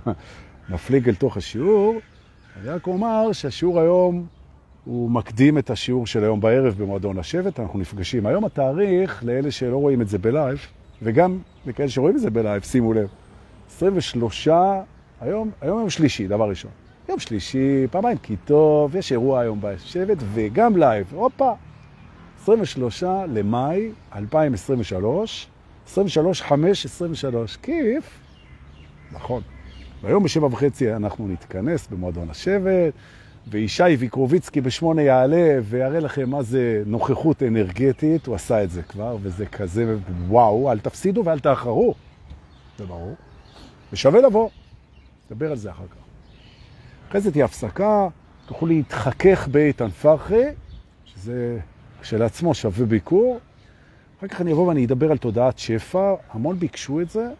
נפליג אל תוך השיעור. אני רק אומר שהשיעור היום הוא מקדים את השיעור של היום בערב במועדון השבט. אנחנו נפגשים. היום התאריך, לאלה שלא רואים את זה בלייב, וגם לכאלה שרואים את זה בלייב, שימו לב, 23, היום יום שלישי, דבר ראשון. יום שלישי, פעמיים כי טוב, יש אירוע היום בשבט וגם לייב. הופה, 23 למאי 2023, 23-5-23, כיף. נכון. והיום ב7:30 אנחנו נתכנס במועדון השבט, וישי ויקרוביצקי ב8 יעלה ויראה לכם מה זה נוכחות אנרגטית. הוא עשה את זה כבר, וזה כזה וואו, אל תפסידו ואל תאחרו. זה ברור. ושווה לבוא. נדבר על זה אחר כך. אחרי זה תהיה הפסקה, תוכלו להתחכך באיתן פרחי, שזה כשלעצמו שווה ביקור. אחר כך אני אבוא ואני אדבר על תודעת שפע. המון ביקשו את זה.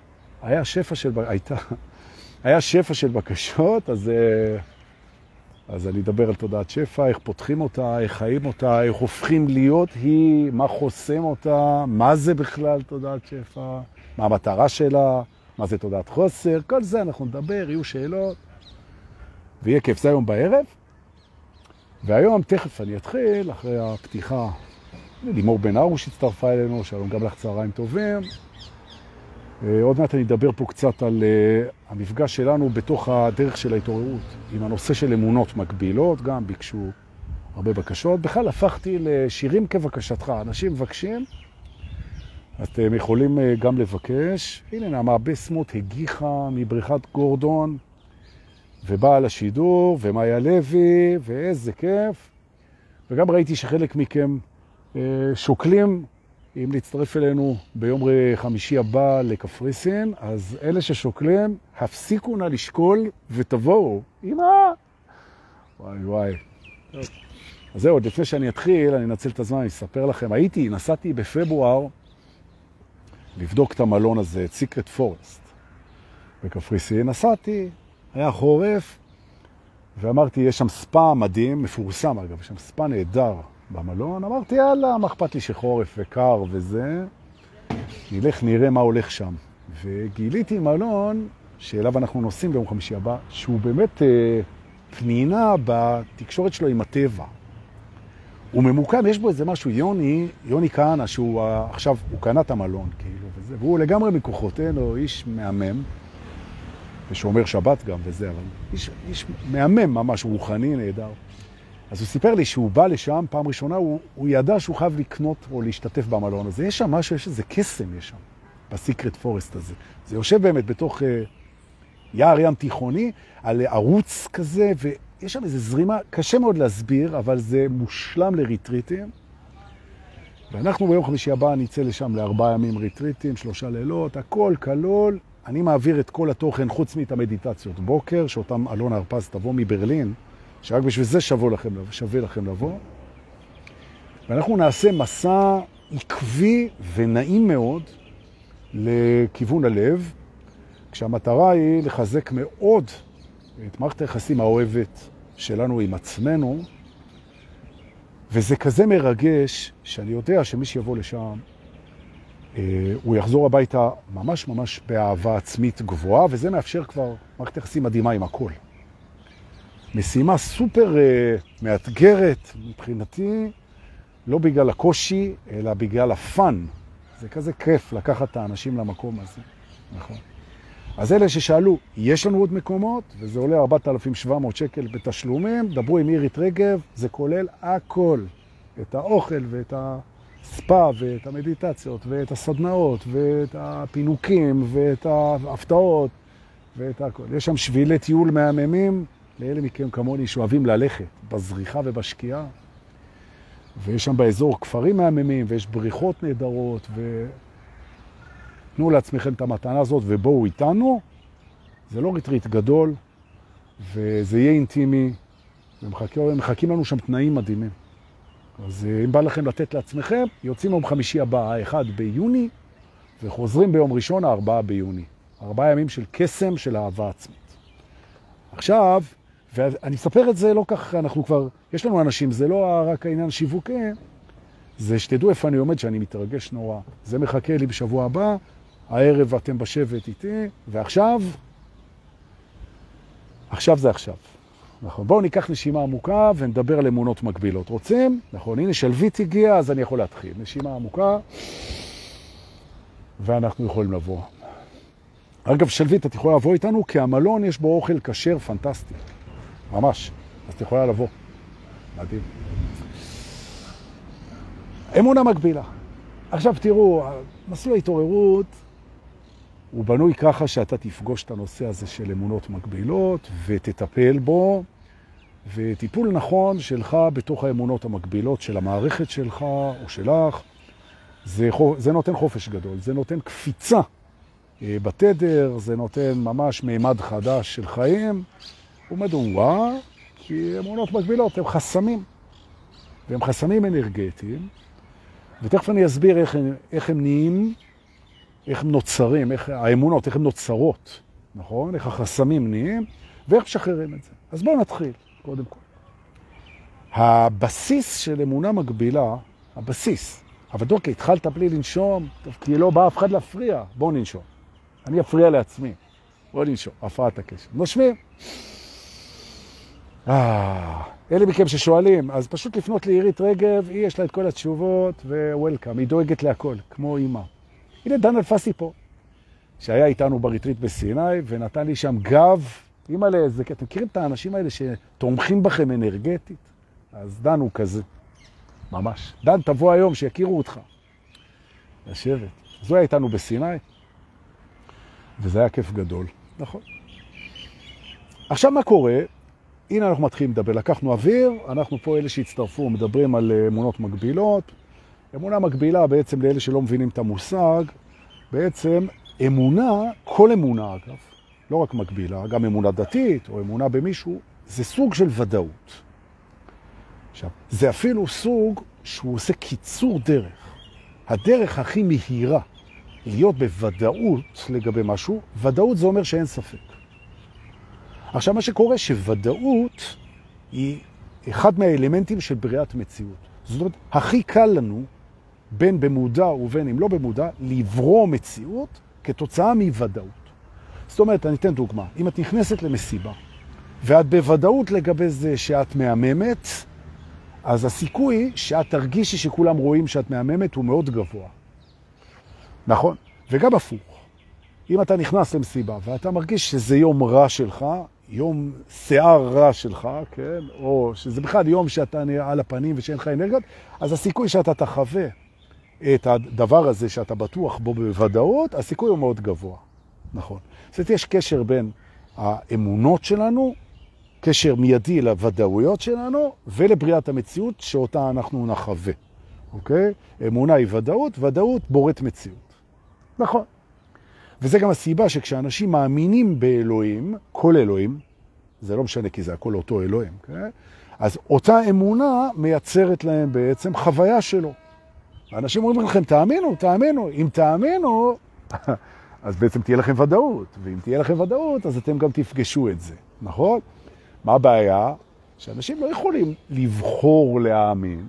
היה שפע של בקשות, אז אני אדבר על תודעת שפע, איך פותחים אותה, איך חיים אותה, איך הופכים להיות היא, מה חוסם אותה, מה זה בכלל תודעת שפע, מה המטרה שלה, מה זה תודעת חוסר, כל זה אנחנו נדבר, יהיו שאלות, ויהיה כיף. זה היום בערב. והיום תכף אני אתחיל, אחרי הפתיחה, לימור בן ארוש הצטרפה אלינו, שלום גם לך, צהריים טובים. עוד מעט אני אדבר פה קצת על המפגש שלנו בתוך הדרך של ההתעוררות, עם הנושא של אמונות מקבילות, גם ביקשו הרבה בקשות. בכלל הפכתי לשירים כבקשתך, אנשים מבקשים, אתם יכולים גם לבקש. הנה נעמה בסמוט הגיחה מבריכת גורדון, ובאה לשידור, ומאיה לוי, ואיזה כיף. וגם ראיתי שחלק מכם שוקלים אם להצטרף אלינו ביום חמישי הבא לקפריסין, אז אלה ששוקלים, הפסיקו נא לשקול ותבואו. אמא! וואי וואי. טוב. אז זהו, עוד לפני שאני אתחיל, אני אנצל את הזמן, אני אספר לכם. נסעתי בפברואר לבדוק את המלון הזה, את סיקרט פורסט. בקפריסין נסעתי, היה חורף, ואמרתי, יש שם ספא מדהים, מפורסם אגב, יש שם ספא נהדר במלון. אמרתי, יאללה, מה אכפת לי שחורף וקר וזה, נלך נראה מה הולך שם. וגיליתי מלון שאליו אנחנו נוסעים ביום חמישי הבא, שהוא באמת פנינה בתקשורת שלו עם הטבע. הוא ממוקם, יש בו איזה משהו, יוני כהנא, שהוא עכשיו, הוא קנה את המלון, כאילו, וזה, והוא לגמרי מכוחותינו, איש מהמם, ושומר שבת גם וזה, אבל איש מהמם ממש, רוחני, נהדר. אז הוא סיפר לי שהוא בא לשם, פעם ראשונה, הוא ידע שהוא חייב לקנות או להשתתף במלון הזה. יש שם משהו, יש איזה קסם יש שם, בסיקרט פורסט הזה. זה יושב באמת בתוך יער ים תיכוני, על ערוץ כזה, ויש שם איזה זרימה, קשה מאוד להסביר, אבל זה מושלם לריטריטים. ואנחנו ביום חמישי הבא נצא לשם ל4 ימים ריטריטים, 3 לילות, הכל כלול. אני מעביר את כל התוכן חוץ מאת המדיטציות בוקר, שאותם אלון הרפז תבוא מברלין, שרק בשביל זה שווה לכם לבוא. ואנחנו נעשה מסע עקבי ונעים מאוד לכיוון הלב, כשהמטרה היא לחזק מאוד את מערכת היחסים האוהבת שלנו עם עצמנו, וזה כזה מרגש שאני יודע שמי שיבוא לשם, הוא יחזור הביתה ממש ממש באהבה עצמית גבוהה, וזה מאפשר כבר מערכת יחסים מדהימה עם הכל. משימה סופר מאתגרת מבחינתי, לא בגלל הקושי, אלא בגלל הפן. זה כזה כיף לקחת את האנשים למקום הזה. נכון. אז אלה ששאלו, יש לנו עוד מקומות, וזה עולה 4,700 שקל בתשלומים, דברו עם אירית רגב, זה כולל הכל. את האוכל ואת הספה ואת המדיטציות ואת הסדנאות ואת הפינוקים ואת ההפתעות ואת הכל. יש שם שבילי טיול מהממים, לאלה מכם כמוני שאוהבים ללכת בזריחה ובשקיעה, ויש שם באזור כפרים מהממים, ויש בריכות נהדרות, ותנו לעצמכם את המתנה הזאת ובואו איתנו. זה לא ריטריט גדול, וזה יהיה אינטימי, ומחכים לנו שם תנאים מדהימים. אז אם בא לכם לתת לעצמכם, יוצאים יום חמישי הבא, 1 ביוני, וחוזרים ביום ראשון, 4 ביוני. 4 ימים של קסם של אהבה עצמית. עכשיו, ואני אספר את זה לא כך, אנחנו כבר, יש לנו אנשים, זה לא רק העניין שיווקי, זה שתדעו איפה אני עומד, שאני מתרגש נורא. זה מחכה לי בשבוע הבא, הערב אתם בשבט איתי, ועכשיו, עכשיו זה עכשיו. נכון, בואו ניקח נשימה עמוקה ונדבר על אמונות מקבילות. רוצים? נכון, הנה שלווית הגיע, אז אני יכול להתחיל. נשימה עמוקה, ואנחנו יכולים לבוא. אגב, שלווית, את יכולה לבוא איתנו, כי המלון יש בו אוכל כשר פנטסטי. ממש. אז את יכולה לבוא. מדהים. אמונה מקבילה. עכשיו תראו, מסלול ההתעוררות הוא בנוי ככה שאתה תפגוש את הנושא הזה של אמונות מקבילות ותטפל בו, וטיפול נכון שלך בתוך האמונות המקבילות של המערכת שלך או שלך, זה נותן חופש גדול, זה נותן קפיצה בתדר, זה נותן ממש מימד חדש של חיים. ומדוע? כי אמונות מקבילות הם חסמים, והם חסמים אנרגטיים, ותכף אני אסביר איך הם נהיים, איך הם נוצרים, איך האמונות, איך הם נוצרות, נכון? איך החסמים נהיים, ואיך משחררים את זה. אז בואו נתחיל, קודם כל. הבסיס של אמונה מקבילה, הבסיס, אבל דוקא, התחלת בלי לנשום, טוב, כי לא בא אף אחד להפריע, בואו ננשום. אני אפריע לעצמי, בואו ננשום, הפרעת הקשר. נושמים. אלה מכם ששואלים, אז פשוט לפנות לעירית רגב, היא יש לה את כל התשובות, ווולקאם, היא דואגת להכל, כמו אמא. הנה דן אלפסי פה, שהיה איתנו בריטריט בסיני, ונתן לי שם גב, אמא לאיזה, אתם מכירים את האנשים האלה שתומכים בכם אנרגטית? אז דן הוא כזה, ממש. דן, תבוא היום שיכירו אותך. לשבת. אז הוא היה איתנו בסיני, וזה היה כיף גדול, נכון. עכשיו מה קורה? הנה אנחנו מתחילים לדבר, לקחנו אוויר, אנחנו פה אלה שהצטרפו, מדברים על אמונות מקבילות. אמונה מקבילה בעצם לאלה שלא מבינים את המושג, בעצם אמונה, כל אמונה אגב, לא רק מקבילה, גם אמונה דתית או אמונה במישהו, זה סוג של ודאות. עכשיו, זה אפילו סוג שהוא עושה קיצור דרך. הדרך הכי מהירה להיות בוודאות לגבי משהו, ודאות זה אומר שאין ספק. עכשיו, מה שקורה שוודאות היא אחד מהאלמנטים של בריאת מציאות. זאת אומרת, הכי קל לנו, בין במודע ובין אם לא במודע, לברוא מציאות כתוצאה מוודאות. זאת אומרת, אני אתן דוגמה. אם את נכנסת למסיבה, ואת בוודאות לגבי זה שאת מהממת, אז הסיכוי שאת תרגישי שכולם רואים שאת מהממת הוא מאוד גבוה. נכון? וגם הפוך. אם אתה נכנס למסיבה ואתה מרגיש שזה יום רע שלך, יום שיער רע שלך, כן? או שזה בכלל יום שאתה נראה על הפנים ושאין לך אנרגיות, אז הסיכוי שאתה תחווה את הדבר הזה שאתה בטוח בו בוודאות, הסיכוי הוא מאוד גבוה. נכון. זאת אומרת, יש קשר בין האמונות שלנו, קשר מיידי לוודאויות שלנו, ולבריאת המציאות שאותה אנחנו נחווה. אוקיי? אמונה היא ודאות, ודאות בוראת מציאות. נכון. וזה גם הסיבה שכשאנשים מאמינים באלוהים, כל אלוהים, זה לא משנה כי זה הכל אותו אלוהים, כן? אז אותה אמונה מייצרת להם בעצם חוויה שלו. האנשים אומרים לכם, תאמינו, תאמינו. אם תאמינו, אז בעצם תהיה לכם ודאות. ואם תהיה לכם ודאות, אז אתם גם תפגשו את זה, נכון? מה הבעיה? שאנשים לא יכולים לבחור להאמין,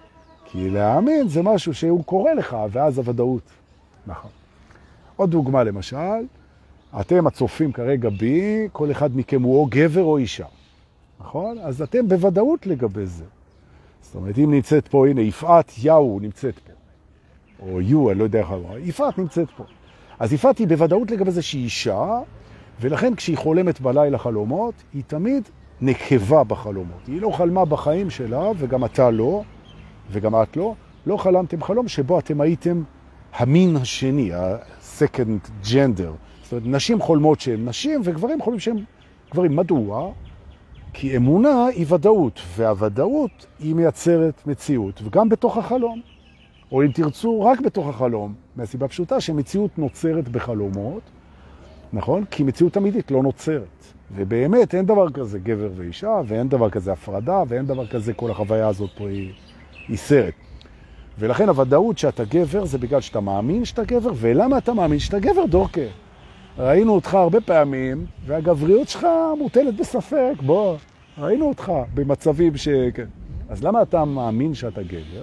כי להאמין זה משהו שהוא קורא לך, ואז הוודאות. נכון. עוד דוגמה למשל, אתם הצופים כרגע בי, כל אחד מכם הוא או גבר או אישה. נכון? אז אתם בוודאות לגבי זה. זאת אומרת, אם נמצאת פה, הנה, יפעת יאו נמצאת פה. או יו, אני לא יודע איך אמרה. יפעת נמצאת פה. אז יפעת היא בוודאות לגבי זה שהיא אישה, ולכן כשהיא חולמת בלילה חלומות, היא תמיד נקבה בחלומות. היא לא חלמה בחיים שלה, וגם אתה לא, וגם את לא. לא חלמתם חלום שבו אתם הייתם המין השני, ה-second gender. זאת אומרת, נשים חולמות שהן נשים, וגברים חולמים שהן גברים. מדוע? כי אמונה היא ודאות, והוודאות היא מייצרת מציאות, וגם בתוך החלום. או אם תרצו, רק בתוך החלום, מהסיבה פשוטה שמציאות נוצרת בחלומות, נכון? כי מציאות תמידית לא נוצרת. ובאמת אין דבר כזה גבר ואישה, ואין דבר כזה הפרדה, ואין דבר כזה כל החוויה הזאת פה היא סרט. ולכן הוודאות שאתה גבר זה בגלל שאתה מאמין שאתה גבר, ולמה אתה מאמין שאתה גבר, דורקה? ראינו אותך הרבה פעמים, והגבריות שלך מוטלת בספק, בוא, ראינו אותך במצבים כן. אז למה אתה מאמין שאתה גבר?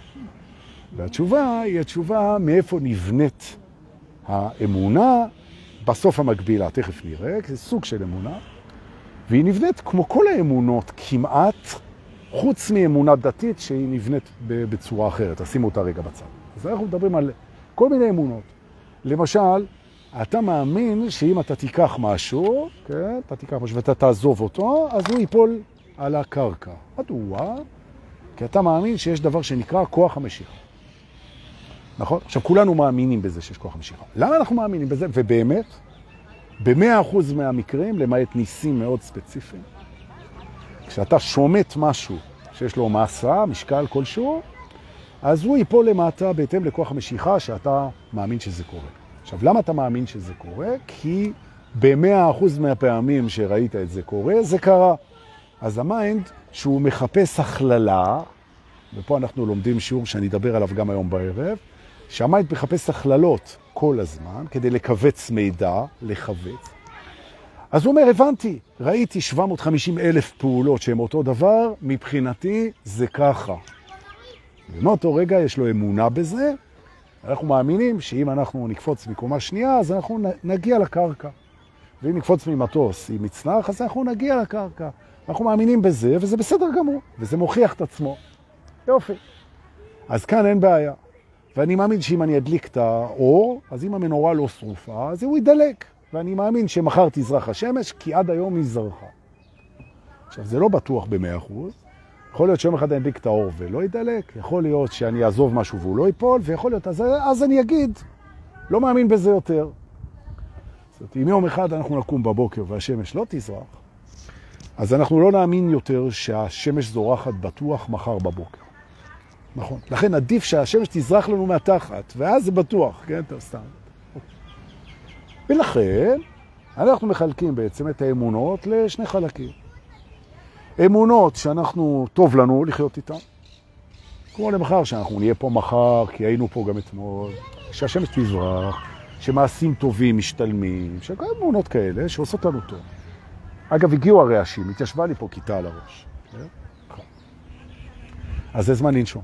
והתשובה היא התשובה מאיפה נבנית האמונה בסוף המקבילה, תכף נראה, זה סוג של אמונה. והיא נבנית כמו כל האמונות כמעט, חוץ מאמונה דתית שהיא נבנית בצורה אחרת. תשימו אותה רגע בצד. אז אנחנו מדברים על כל מיני אמונות. למשל, אתה מאמין שאם אתה תיקח משהו, כן, אתה תיקח משהו ואתה תעזוב אותו, אז הוא ייפול על הקרקע. מדוע? כי אתה מאמין שיש דבר שנקרא כוח המשיכה. נכון? עכשיו, כולנו מאמינים בזה שיש כוח המשיכה. למה אנחנו מאמינים בזה? ובאמת, ב100% מהמקרים, למעט ניסים מאוד ספציפיים, כשאתה שומט משהו שיש לו מסה, משקל כלשהו, אז הוא ייפול למטה בהתאם לכוח המשיכה שאתה מאמין שזה קורה. עכשיו, למה אתה מאמין שזה קורה? כי ב100% מהפעמים שראית את זה קורה, זה קרה. אז המיינד, שהוא מחפש הכללה, ופה אנחנו לומדים שיעור שאני אדבר עליו גם היום בערב, שהמיינד מחפש הכללות כל הזמן, כדי לקבץ מידע, לחבץ. אז הוא אומר, הבנתי, ראיתי 750,000 פעולות שהן אותו דבר, מבחינתי זה ככה. ומאותו רגע יש לו אמונה בזה, אנחנו מאמינים שאם אנחנו נקפוץ מקומה שנייה, אז אנחנו נגיע לקרקע. ואם נקפוץ ממטוס עם מצנח, אז אנחנו נגיע לקרקע. אנחנו מאמינים בזה, וזה בסדר גמור, וזה מוכיח את עצמו. יופי. אז כאן אין בעיה. ואני מאמין שאם אני אדליק את האור, אז אם המנורה לא שרופה, אז הוא ידלק. ואני מאמין שמחר תזרח השמש, כי עד היום היא זרחה. עכשיו, זה לא בטוח ב100%. יכול להיות שיום אחד אני אדליק את האור ולא ידלק, יכול להיות שאני אעזוב משהו והוא לא ייפול, ויכול להיות, אז אני אגיד, לא מאמין בזה יותר. זאת אומרת, אם יום אחד אנחנו נקום בבוקר והשמש לא תזרח, אז אנחנו לא נאמין יותר שהשמש זורחת בטוח מחר בבוקר. נכון. לכן עדיף שהשמש תזרח לנו מהתחת, ואז זה בטוח, כן? טוב, סתם. ולכן, אנחנו מחלקים בעצם את האמונות לשני חלקים. אמונות שאנחנו, טוב לנו לחיות איתן. כמו למחר, שאנחנו נהיה פה מחר, כי היינו פה גם אתמול, שהשמש תזרח, שמעשים טובים משתלמים, שכל אמונות כאלה שעושות לנו טוב. אגב, הגיעו הרעשים, התיישבה לי פה כיתה על הראש. אז זה זמן לנשום.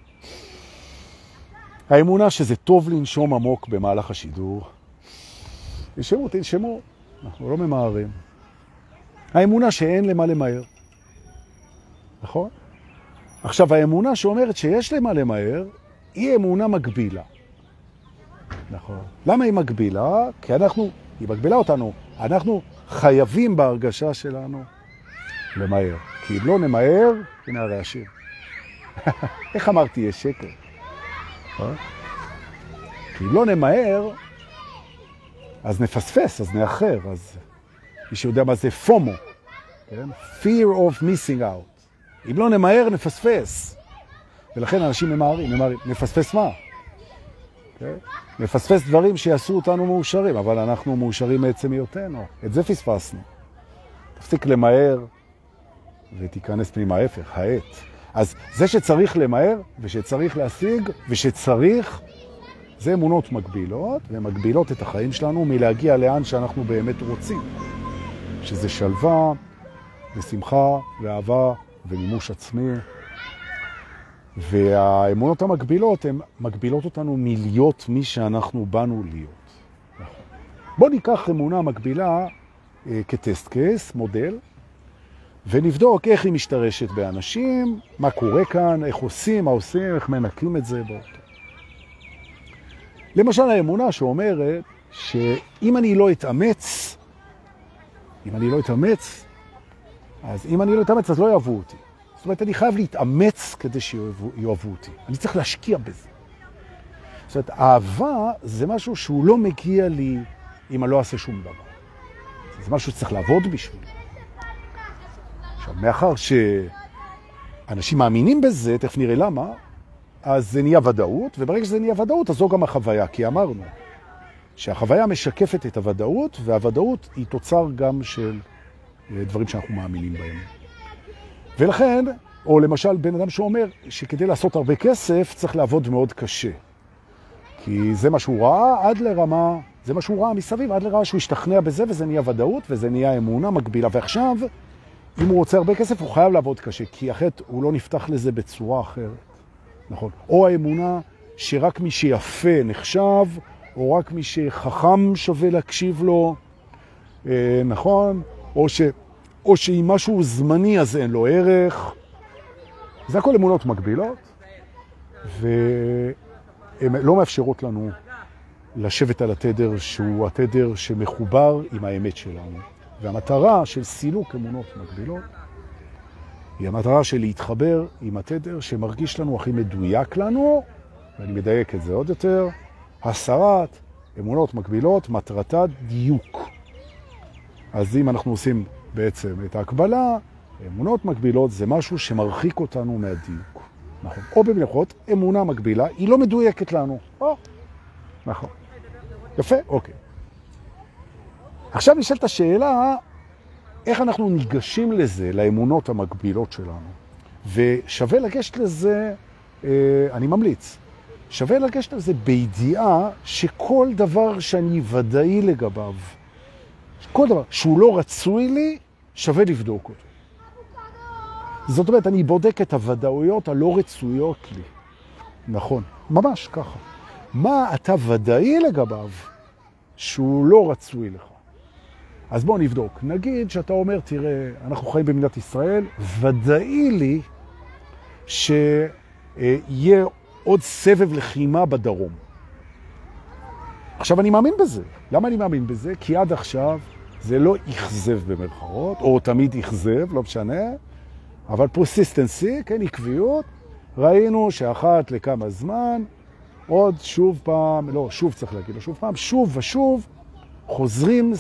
האמונה שזה טוב לנשום עמוק במהלך השידור. תנשמו, אנחנו לא ממהרים. האמונה שאין למה למהר. נכון? עכשיו, האמונה שאומרת שיש למה למהר, היא אמונה מגבילה. נכון. למה היא מגבילה? כי היא מגבילה אותנו. אנחנו חייבים בהרגשה שלנו למהר. כי אם לא נמהר, הנה הרעשים. איך אמרתי, יש שקר. כי אם לא נמהר, אז נפספס, אז נאחר. אז מי שיודע מה זה פומו. כן? Fear of missing out. אם לא נמהר, נפספס. ולכן אנשים ממהרים. נפספס מה? Okay? נפספס דברים שיעשו אותנו מאושרים, אבל אנחנו מאושרים מעצם היותנו. את זה פספסנו. תפסיק למהר ותיכנס פנימה ההפך, העט. אז זה שצריך למהר ושצריך להשיג ושצריך, זה אמונות מגבילות, והן מגבילות את החיים שלנו מלהגיע לאן שאנחנו באמת רוצים. שזה שלווה ושמחה ואהבה ומימוש עצמי. והאמונות המגבילות, הן מגבילות אותנו מלהיות מי שאנחנו באנו להיות. בואו ניקח אמונה מגבילה כטסט קייס, מודל, ונבדוק איך היא משתרשת באנשים, מה קורה כאן, איך עושים, מה עושים, איך מנקים את זה באותו. למשל האמונה שאומרת שאם אני לא אתאמץ, אז לא יאהבו אותי. זאת אומרת, אני חייב להתאמץ כדי שיאהבו אותי. אני צריך להשקיע בזה. זאת אומרת, אהבה זה משהו שהוא לא מגיע לי אם אני לא אעשה שום דבר. זה משהו שצריך לעבוד בשביל. עכשיו, מאחר שאנשים מאמינים בזה, תכף נראה למה, אז זה נהיה ודאות, וברגע שזה נהיה ודאות, אז זו גם החוויה, כי אמרנו שהחוויה משקפת את הוודאות, והוודאות היא תוצר גם של דברים שאנחנו מאמינים בהם. ולכן, או למשל בן אדם שאומר שכדי לעשות הרבה כסף צריך לעבוד מאוד קשה. כי זה מה שהוא ראה עד לרמה, זה מה שהוא ראה מסביב, עד לרמה שהוא השתכנע בזה, וזה נהיה ודאות, וזה נהיה אמונה מגבילה. ועכשיו, אם הוא רוצה הרבה כסף, הוא חייב לעבוד קשה, כי אחרת הוא לא נפתח לזה בצורה אחרת. נכון. או האמונה שרק מי שיפה נחשב, או רק מי שחכם שווה להקשיב לו, נכון? או או שאם משהו זמני אז אין לו ערך. זה הכל אמונות מגבילות, והן לא מאפשרות לנו לשבת על התדר שהוא התדר שמחובר עם האמת שלנו. והמטרה של סילוק אמונות מגבילות היא המטרה של להתחבר עם התדר שמרגיש לנו הכי מדויק לנו, ואני מדייק את זה עוד יותר, הסרת אמונות מגבילות, מטרתה דיוק. אז אם אנחנו עושים בעצם את ההקבלה, אמונות מגבילות זה משהו שמרחיק אותנו מהדיוק. נכון. או במלאכות, אמונה מגבילה, היא לא מדויקת לנו. נכון. יפה? אוקיי. עכשיו נשאלת השאלה, איך אנחנו ניגשים לזה, לאמונות המגבילות שלנו? ושווה לגשת לזה, אני ממליץ, שווה לגשת לזה בידיעה שכל דבר שאני ודאי לגביו, כל דבר שהוא לא רצוי לי, שווה לבדוק אותו. זאת אומרת, אני בודק את הוודאויות הלא רצויות לי. נכון, ממש ככה. מה אתה ודאי לגביו שהוא לא רצוי לך? אז בואו נבדוק. נגיד שאתה אומר, תראה, אנחנו חיים במדינת ישראל, ודאי לי שיהיה עוד סבב לחימה בדרום. עכשיו אני מאמין בזה. למה אני מאמין בזה? כי עד עכשיו זה לא יחזב במרכאות, או תמיד יחזב, לא משנה, אבל פרסיסטנסי, כן, עקביות, ראינו שאחת לכמה זמן, עוד שוב פעם, לא, שוב צריך להגיד, לא שוב פעם, שוב ושוב, חוזרים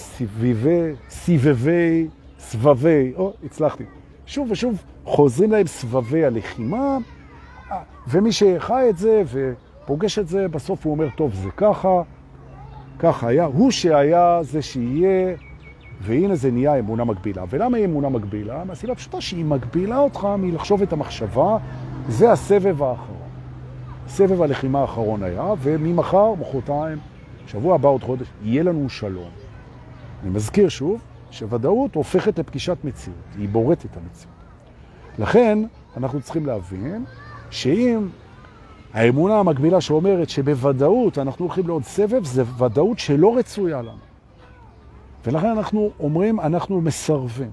סבבי, הצלחתי, שוב ושוב חוזרים להם סבבי הלחימה, ומי שחי את זה ופוגש את זה, בסוף הוא אומר, טוב, זה ככה, ככה היה, הוא שהיה, זה שיהיה, והנה זה נהיה אמונה מגבילה. ולמה היא אמונה מגבילה? מהסיבה פשוטה שהיא מגבילה אותך מלחשוב את המחשבה, זה הסבב האחרון. סבב הלחימה האחרון היה, וממחר, מחרתיים, שבוע הבא עוד חודש, יהיה לנו שלום. אני מזכיר שוב, שוודאות הופכת לפגישת מציאות, היא בורטת את המציאות. לכן, אנחנו צריכים להבין, שאם האמונה המגבילה שאומרת שבוודאות אנחנו הולכים לעוד סבב, זה ודאות שלא רצויה לנו. ולכן אנחנו אומרים, אנחנו מסרבים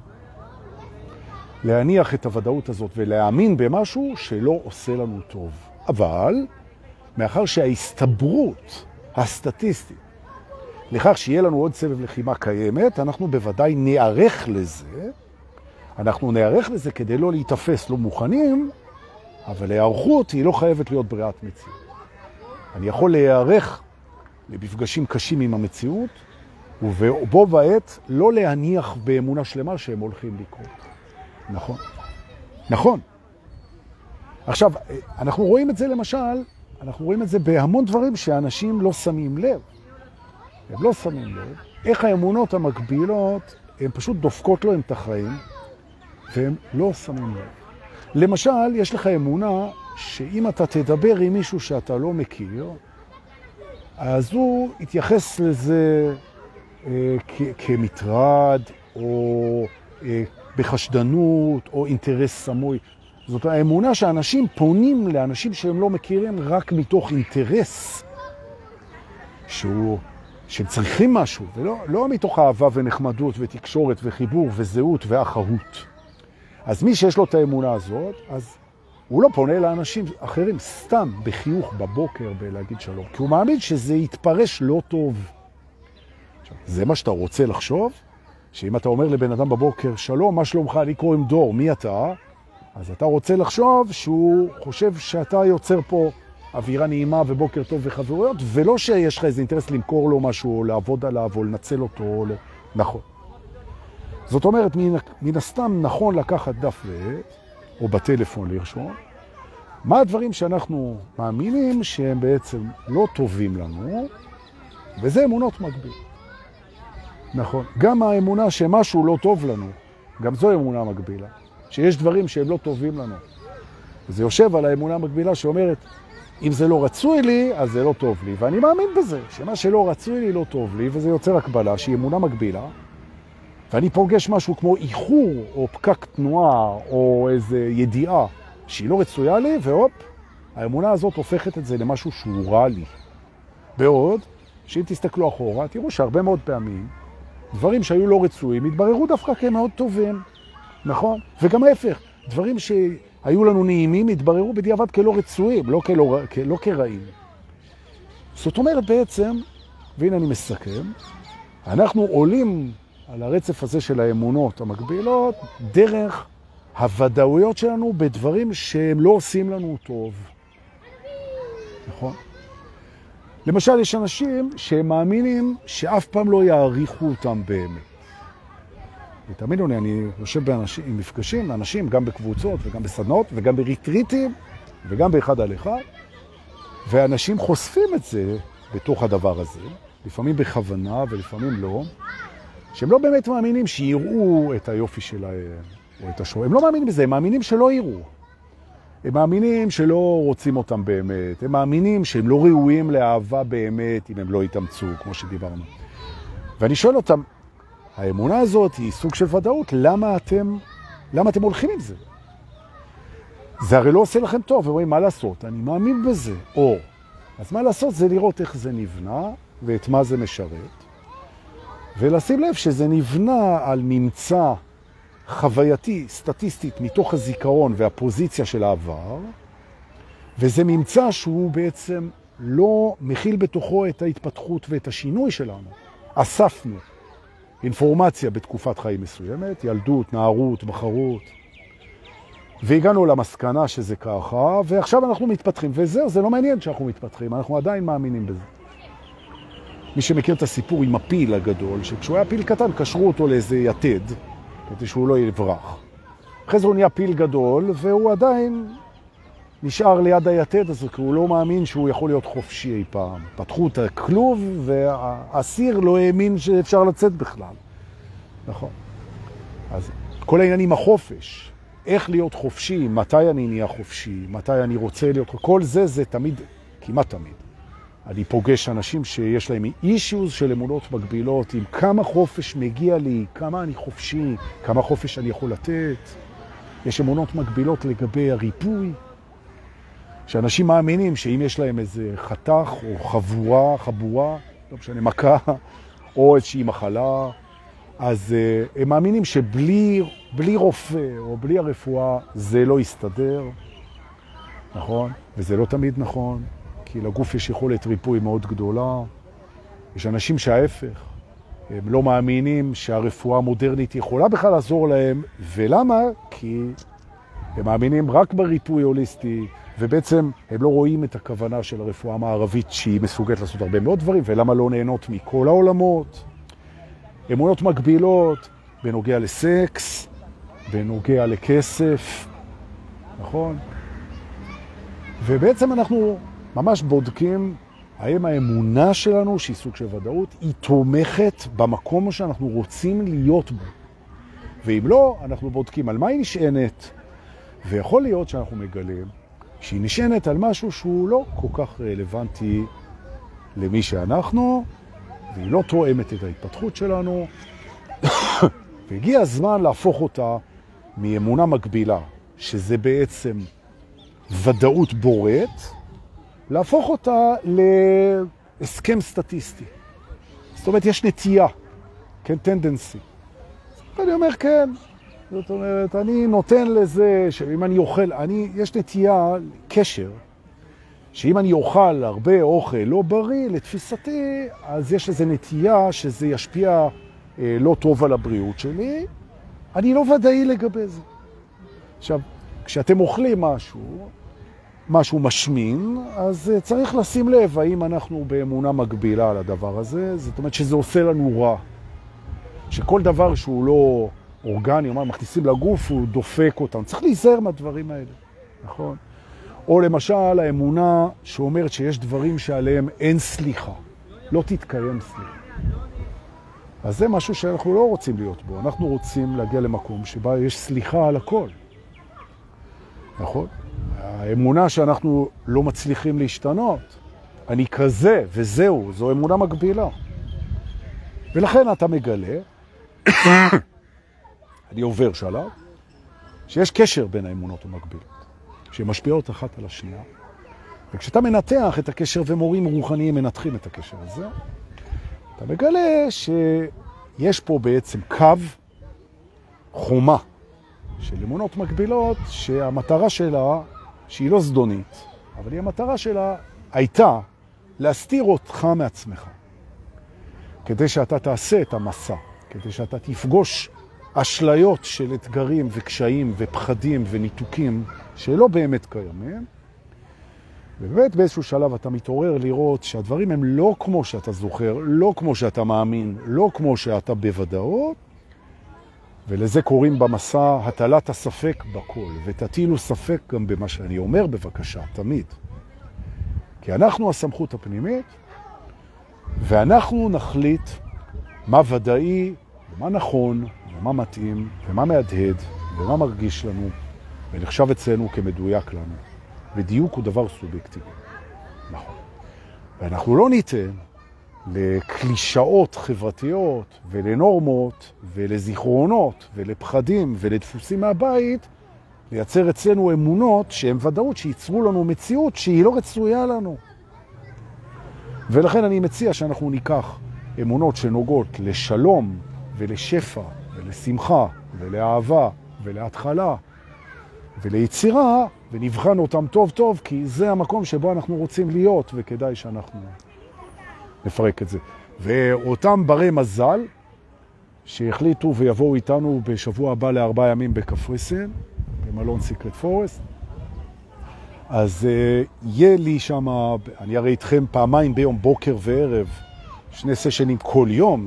להניח את הוודאות הזאת ולהאמין במשהו שלא עושה לנו טוב. אבל, מאחר שההסתברות הסטטיסטית לכך שיהיה לנו עוד סבב לחימה קיימת, אנחנו בוודאי נערך לזה. אנחנו נערך לזה כדי לא להתאפס לא מוכנים, אבל ההערכות היא לא חייבת להיות בריאת מציאות. אני יכול להיערך למפגשים קשים עם המציאות, ובו בעת לא להניח באמונה שלמה שהם הולכים לקרות. נכון. נכון. עכשיו, אנחנו רואים את זה למשל, אנחנו רואים את זה בהמון דברים שאנשים לא שמים לב. הם לא שמים לב. איך האמונות המקבילות, הן פשוט דופקות לו את החיים, והם לא שמים לב. למשל, יש לך אמונה שאם אתה תדבר עם מישהו שאתה לא מכיר, אז הוא יתייחס לזה כמטרד, או בחשדנות, או אינטרס סמוי. זאת האמונה שאנשים פונים לאנשים שהם לא מכירים רק מתוך אינטרס, שהם צריכים משהו, ולא מתוך אהבה ונחמדות ותקשורת וחיבור וזהות ואחרות. אז מי שיש לו את האמונה הזאת, אז הוא לא פונה לאנשים אחרים סתם בחיוך בבוקר בלהגיד שלום, כי הוא מאמין שזה יתפרש לא טוב. זה מה שאתה רוצה לחשוב, שאם אתה אומר לבן אדם בבוקר, שלום, מה שלומך? אני קוראים דור, מי אתה? אז אתה רוצה לחשוב שהוא חושב שאתה יוצר פה אווירה נעימה ובוקר טוב וחברויות, ולא שיש לך איזה אינטרס למכור לו משהו, או לעבוד עליו, או לנצל אותו, נכון. זאת אומרת, מן הסתם נכון לקחת דף ועט, או בטלפון לרשום, מה הדברים שאנחנו מאמינים שהם בעצם לא טובים לנו, וזה אמונות מקביל. נכון. גם האמונה שמשהו לא טוב לנו, גם זו אמונה מקבילה. שיש דברים שהם לא טובים לנו. וזה יושב על האמונה המקבילה שאומרת, אם זה לא רצוי לי, אז זה לא טוב לי. ואני מאמין בזה, שמה שלא רצוי לי לא טוב לי, וזה יוצר הקבלה שהיא אמונה מקבילה, ואני פוגש משהו כמו איחור, או פקק תנועה, או איזו ידיעה שהיא לא רצויה לי, והופ, האמונה הזאת הופכת את זה למשהו שהוא רע לי. בעוד, שאם תסתכלו אחורה, תראו שהרבה מאוד פעמים, דברים שהיו לא רצויים, התבררו דווקא כמאוד טובים. נכון? וגם ההפך, דברים שהיו לנו נעימים התבררו בדיעבד כלא רצויים, לא כרעים. זאת אומרת בעצם, והנה אני מסכם, אנחנו עולים על הרצף הזה של האמונות המקבילות דרך הוודאויות שלנו בדברים שהם לא עושים לנו טוב. נכון? למשל, יש אנשים שהם מאמינים שאף פעם לא יעריכו אותם באמת. ותאמינו לי, אני יושב עם מפגשים, אנשים גם בקבוצות וגם בסדנאות וגם בריטריטים וגם באחד על אחד, ואנשים חושפים את זה בתוך הדבר הזה, לפעמים בכוונה ולפעמים לא, שהם לא באמת מאמינים שיראו את היופי שלהם או את השואו. הם לא מאמינים בזה, הם מאמינים שלא יראו. הם מאמינים שלא רוצים אותם באמת, הם מאמינים שהם לא ראויים לאהבה באמת אם הם לא יתאמצו, כמו שדיברנו. ואני שואל אותם, האמונה הזאת היא סוג של ודאות, למה אתם הולכים עם זה? זה הרי לא עושה לכם טוב, ואומרים, מה לעשות? אני מאמין בזה. אז מה לעשות זה לראות איך זה נבנה, ואת מה זה משרת, ולשים לב שזה נבנה על ממצא חווייתי, סטטיסטית, מתוך הזיכרון והפוזיציה של העבר, וזה ממצא שהוא בעצם לא מכיל בתוכו את ההתפתחות ואת השינוי שלנו. אספנו אינפורמציה בתקופת חיים מסוימת, ילדות, נערות, בחרות, והגענו למסקנה שזה ככה, ועכשיו אנחנו מתפתחים, וזהו, זה לא מעניין שאנחנו מתפתחים, אנחנו עדיין מאמינים בזה. מי שמכיר את הסיפור עם הפיל הגדול, שכשהוא היה פיל קטן, קשרו אותו לאיזה יתד, כדי שהוא לא יברח. אחרי זה הוא נהיה פיל גדול, והוא עדיין נשאר ליד היתד הזה, כי הוא לא מאמין שהוא יכול להיות חופשי אי פעם. פתחו את הכלוב, והאסיר לא האמין שאפשר לצאת בכלל. נכון. אז כל העניין עם החופש, איך להיות חופשי, מתי אני נהיה חופשי, מתי אני רוצה להיות, כל זה, זה תמיד, כמעט תמיד. אני פוגש אנשים שיש להם אישיוז של אמונות מגבילות, עם כמה חופש מגיע לי, כמה אני חופשי, כמה חופש אני יכול לתת. יש אמונות מגבילות לגבי הריפוי, שאנשים מאמינים שאם יש להם איזה חתך או חבורה, לא משנה, מכה, או איזושהי מחלה, אז הם מאמינים שבלי רופא או בלי הרפואה זה לא יסתדר, נכון? וזה לא תמיד נכון. כי לגוף יש יכולת ריפוי מאוד גדולה. יש אנשים שההפך, הם לא מאמינים שהרפואה המודרנית יכולה בכלל לעזור להם. ולמה? כי הם מאמינים רק בריפוי הוליסטי, ובעצם הם לא רואים את הכוונה של הרפואה המערבית שהיא מסוגלת לעשות הרבה מאוד דברים, ולמה לא נהנות מכל העולמות. אמונות מגבילות בנוגע לסקס, בנוגע לכסף, נכון? ובעצם אנחנו ממש בודקים האם האמונה שלנו, שהיא סוג של ודאות, היא תומכת במקום שאנחנו רוצים להיות בו. ואם לא, אנחנו בודקים על מה היא נשענת, ויכול להיות שאנחנו מגלים שהיא נשענת על משהו שהוא לא כל כך רלוונטי למי שאנחנו, והיא לא תואמת את ההתפתחות שלנו, והגיע הזמן להפוך אותה מאמונה מגבילה, שזה בעצם ודאות בוראת, להפוך אותה להסכם סטטיסטי. זאת אומרת, יש נטייה, כן, טנדנסי. אני אומר, כן. זאת אומרת, אני נותן לזה, שאם אני אוכל, יש נטייה, קשר, שאם אני אוכל הרבה אוכל לא בריא, לתפיסתי, אז יש איזו נטייה שזה ישפיע לא טוב על הבריאות שלי. אני לא ודאי לגבי זה. עכשיו, כשאתם אוכלים משהו משמין, אז צריך לשים לב האם אנחנו באמונה מגבילה על הדבר הזה. זאת אומרת שזה עושה לנו רע. שכל דבר שהוא לא אורגני, אומר, מכניסים לגוף, הוא דופק אותם. צריך להיזהר מהדברים האלה, נכון? או למשל האמונה שאומרת שיש דברים שעליהם אין סליחה. לא תתקיים סליחה. אז זה משהו שאנחנו לא רוצים להיות בו. אנחנו רוצים להגיע למקום שבה יש סליחה על הכל. נכון? האמונה שאנחנו לא מצליחים להשתנות. אני כזה וזהו, זו אמונה מגבילה. ולכן אתה מגלה, אני עובר שלב, שיש קשר בין האמונות המגבילות, שהן משפיעות אחת על השנייה. וכשאתה מנתח את הקשר, ומורים רוחניים מנתחים את הקשר הזה, אתה מגלה שיש פה בעצם קו, חומה, של אמונות מקבילות, שהמטרה שלה, שהיא לא זדונית, אבל המטרה שלה הייתה להסתיר אותך מעצמך. כדי שאתה תעשה את המסע, כדי שאתה תפגוש אשליות של אתגרים וקשיים ופחדים וניתוקים שלא באמת קיימים, ובאמת באיזשהו שלב אתה מתעורר לראות שהדברים הם לא כמו שאתה זוכר, לא כמו שאתה מאמין, לא כמו שאתה בוודאות, ולזה קוראים במסע הטלת הספק בכל, ותטילו ספק גם במה שאני אומר בבקשה, תמיד. כי אנחנו הסמכות הפנימית, ואנחנו נחליט מה ודאי, ומה נכון, ומה מתאים, ומה מהדהד, ומה מרגיש לנו, ונחשב אצלנו כמדויק לנו. ודיוק הוא דבר סובייקטיבי. נכון. ואנחנו לא ניתן לקלישאות חברתיות ולנורמות ולזיכרונות ולפחדים ולדפוסים מהבית לייצר אצלנו אמונות שהן ודאות שייצרו לנו מציאות שהיא לא רצויה לנו. ולכן אני מציע שאנחנו ניקח אמונות שנוגעות לשלום ולשפע ולשמחה ולאהבה ולהתחלה וליצירה, ונבחן אותם טוב טוב, כי זה המקום שבו אנחנו רוצים להיות, וכדאי שאנחנו נפרק את זה. ואותם ברי מזל, שהחליטו ויבואו איתנו בשבוע הבא ל4 ימים בקפריסין, במלון סיקרט פורסט, אז יהיה לי שם, אני הרי איתכם פעמיים ביום, בוקר וערב, 2 סשנים כל יום,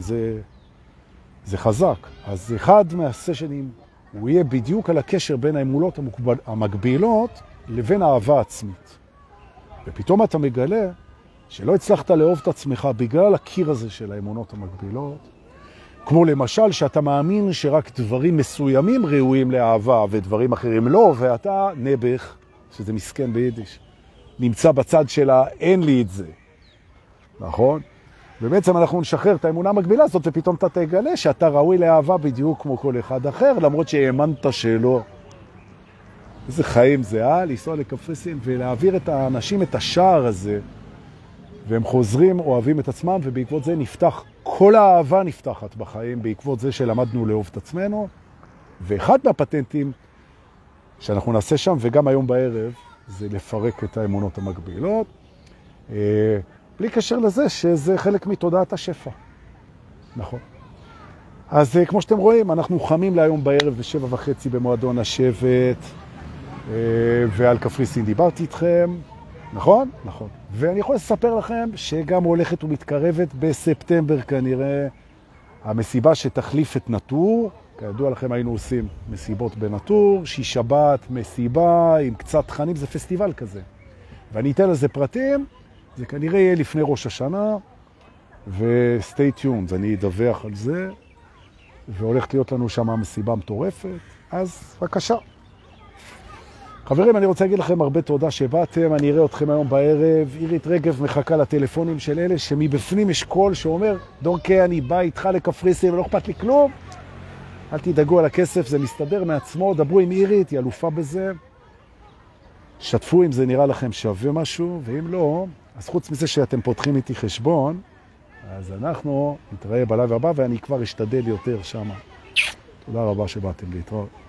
זה חזק. אז אחד מהסשנים, הוא יהיה בדיוק על הקשר בין האמונות המקבילות לבין האהבה עצמית. ופתאום אתה מגלה שלא הצלחת לאהוב את עצמך בגלל הקיר הזה של האמונות המקבילות, כמו למשל שאתה מאמין שרק דברים מסוימים ראויים לאהבה ודברים אחרים לא, ואתה נבח, שזה מסכן ביידיש, נמצא בצד שלה, אין לי את זה. נכון? ובעצם אנחנו נשחרר את האמונה המקבילה הזאת, ופתאום אתה תגלה שאתה ראוי לאהבה בדיוק כמו כל אחד אחר, למרות שהאמנת שלא. איזה חיים זה, לנסוע לקפריסין ולהעביר את האנשים את השער הזה, והם חוזרים, אוהבים את עצמם, ובעקבות זה נפתח, כל האהבה נפתחת בחיים, בעקבות זה שלמדנו לאהוב את עצמנו. ואחד מהפטנטים שאנחנו נעשה שם, וגם היום בערב, זה לפרק את האמונות המקבילות, בלי קשר לזה שזה חלק מתודעת השפע. נכון. אז כמו שאתם רואים, אנחנו חמים להיום בערב ב7:30 במועדון השבט, ועל קפריסין דיברתי איתכם, נכון? נכון. ואני יכול לספר לכם שגם הולכת ומתקרבת בספטמבר כנראה המסיבה שתחליף את נטור. כידוע לכם היינו עושים מסיבות בנטור, שבת, מסיבה עם קצת תכנים, זה פסטיבל כזה. ואני אתן לזה פרטים, זה כנראה יהיה לפני ראש השנה, ו-stay tuned, אני אדווח על זה, והולכת להיות לנו שם מסיבה מטורפת, אז בבקשה. חברים, אני רוצה להגיד לכם הרבה תודה שבאתם, אני אראה אתכם היום בערב, אירית רגב מחכה לטלפונים של אלה שמבפנים יש קול שאומר, דורקי, אני בא איתך לקפריסין ולא אכפת לי כלום, אל תדאגו על הכסף, זה מסתדר מעצמו, דברו עם אירית, היא אלופה בזה, שתפו אם זה נראה לכם שווה משהו, ואם לא, אז חוץ מזה שאתם פותחים איתי חשבון, אז אנחנו נתראה בלייב הבא, ואני כבר אשתדל יותר שם. תודה רבה שבאתם להתראות.